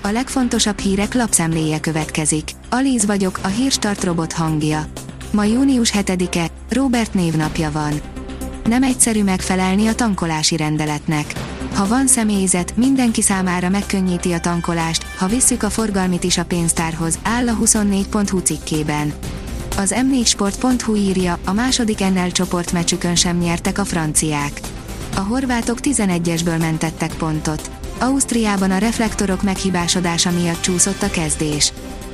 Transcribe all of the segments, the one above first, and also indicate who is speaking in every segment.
Speaker 1: A legfontosabb hírek lapszemléje következik. Alíz vagyok, a Hírstart robot hangja. Ma június 7-e, Róbert névnapja van. Nem egyszerű megfelelni a tankolási rendeletnek. Ha van személyzet, mindenki számára megkönnyíti a tankolást, ha visszük a forgalmit is a pénztárhoz, áll a 24.hu cikkében. Az m4sport.hu írja, a második NL csoportmeccsükön sem nyertek a franciák. A horvátok 11-esből mentettek pontot. Ausztriában a reflektorok meghibásodása miatt csúszott a kezdés.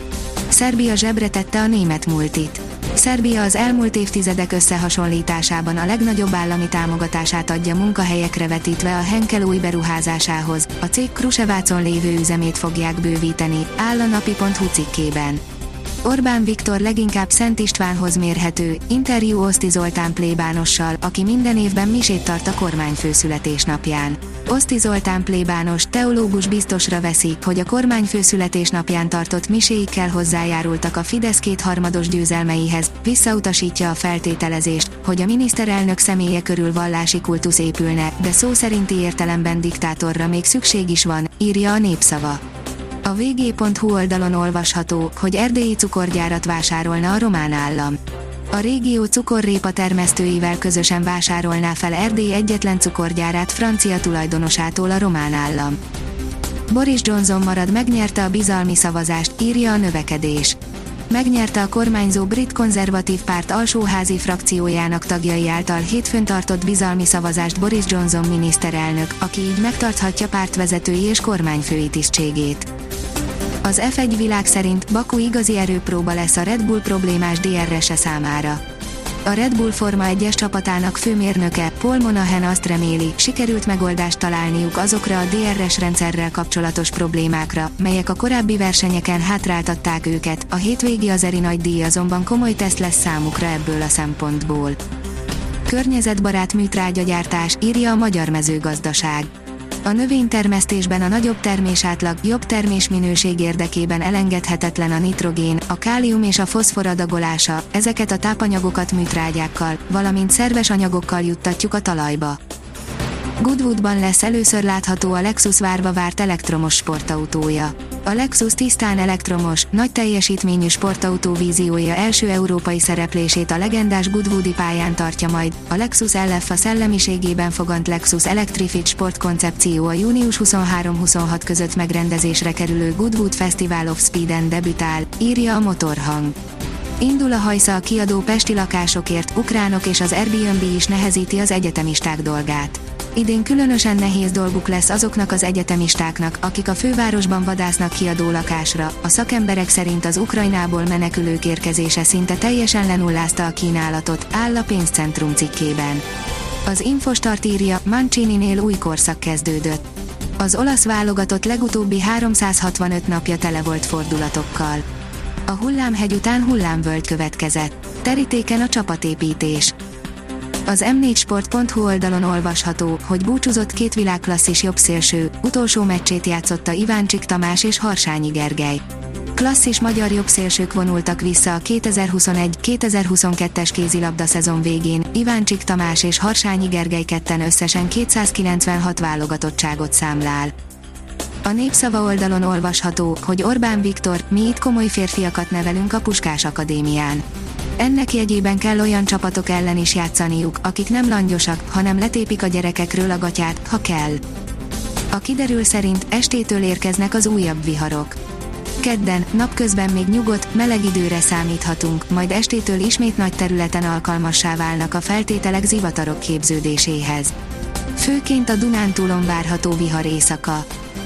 Speaker 1: Szerbia zsebre tette a német multit. Szerbia az elmúlt évtizedek összehasonlításában a legnagyobb állami támogatását adja munkahelyekre vetítve a Henkel új beruházásához, a cég Krusevácon lévő üzemét fogják bővíteni, áll a napi.hu cikkében. Orbán Viktor leginkább Szent Istvánhoz mérhető, interjú Oszti Zoltán plébánossal, aki minden évben misét tart a kormányfő születésnapján. Oszti Zoltán plébános, teológus biztosra veszi, hogy a kormányfő születésnapján tartott miséikkel hozzájárultak a Fidesz kétharmados győzelmeihez, visszautasítja a feltételezést, hogy a miniszterelnök személye körül vallási kultusz épülne, de szó szerinti értelemben diktátorra még szükség is van, írja a Népszava. A vg.hu oldalon olvasható, hogy erdélyi cukorgyárat vásárolna a román állam. A régió cukorrépa termesztőivel közösen vásárolná fel Erdély egyetlen cukorgyárát francia tulajdonosától a román állam. Boris Johnson megnyerte a bizalmi szavazást, írja a Növekedés. Megnyerte a kormányzó brit konzervatív párt alsóházi frakciójának tagjai által hétfőn tartott bizalmi szavazást Boris Johnson miniszterelnök, aki így megtarthatja pártvezetői és kormányfői tisztségét. Az F1 világ szerint Baku igazi erőpróba lesz a Red Bull problémás DRS-e számára. A Red Bull Forma 1-es csapatának főmérnöke, Paul Monahan azt reméli, sikerült megoldást találniuk azokra a DRS rendszerrel kapcsolatos problémákra, melyek a korábbi versenyeken hátráltatták őket, a hétvégi azeri nagydíj azonban komoly teszt lesz számukra ebből a szempontból. Környezetbarát műtrágyagyártás, írja a Magyar Mezőgazdaság. A növénytermesztésben a nagyobb termésátlag, jobb termésminőség érdekében elengedhetetlen a nitrogén, a kálium és a foszfor adagolása, ezeket a tápanyagokat műtrágyákkal, valamint szerves anyagokkal juttatjuk a talajba. Goodwoodban lesz először látható a Lexus várva várt elektromos sportautója. A Lexus tisztán elektromos, nagy teljesítményű sportautó víziója első európai szereplését a legendás Goodwoodi pályán tartja majd. A Lexus LF a szellemiségében fogant Lexus Electrified sportkoncepció a június 23-26 között megrendezésre kerülő Goodwood Festival of Speeden debütál, írja a Motorhang. Indul a hajsza a kiadó pesti lakásokért, ukránok és az Airbnb is nehezíti az egyetemisták dolgát. Idén különösen nehéz dolguk lesz azoknak az egyetemistáknak, akik a fővárosban vadásznak kiadó lakásra. A szakemberek szerint az Ukrajnából menekülők érkezése szinte teljesen lenullázta a kínálatot, áll a Pénzcentrum cikkében. Az Infostart írja, Mancininél új korszak kezdődött. Az olasz válogatott legutóbbi 365 napja tele volt fordulatokkal. A hullámhegy után hullámvölgy következett. Terítéken a csapatépítés. Az m4sport.hu oldalon olvasható, hogy búcsúzott két világklasszis jobbszélső, utolsó meccsét játszotta Iváncsik Tamás és Harsányi Gergely. Klasszis magyar jobbszélsők vonultak vissza a 2021-2022-es kézilabda szezon végén, Iváncsik Tamás és Harsányi Gergely ketten összesen 296 válogatottságot számlál. A Népszava oldalon olvasható, hogy Orbán Viktor, mi itt komoly férfiakat nevelünk a Puskás Akadémián. Ennek jegyében kell olyan csapatok ellen is játszaniuk, akik nem langyosak, hanem letépik a gyerekekről a gatyát, ha kell. A kiderül szerint estétől érkeznek az újabb viharok. Kedden, napközben még nyugodt, meleg időre számíthatunk, majd estétől ismét nagy területen alkalmassá válnak a feltételek zivatarok képződéséhez. Főként a Dunántúlon várható vihar éjszaka.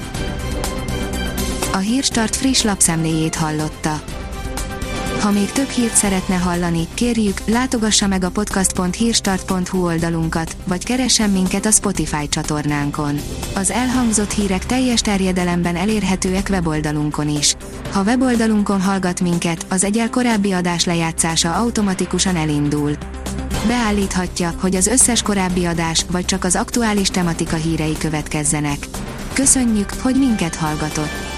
Speaker 1: A Hírstart friss lapszemléjét hallotta. Ha még több hírt szeretne hallani, kérjük, látogassa meg a podcast.hírstart.hu oldalunkat, vagy keressen minket a Spotify csatornánkon. Az elhangzott hírek teljes terjedelemben elérhetőek weboldalunkon is. Ha weboldalunkon hallgat minket, az egyel korábbi adás lejátszása automatikusan elindul. Beállíthatja, hogy az összes korábbi adás, vagy csak az aktuális tematika hírei következzenek. Köszönjük, hogy minket hallgatott!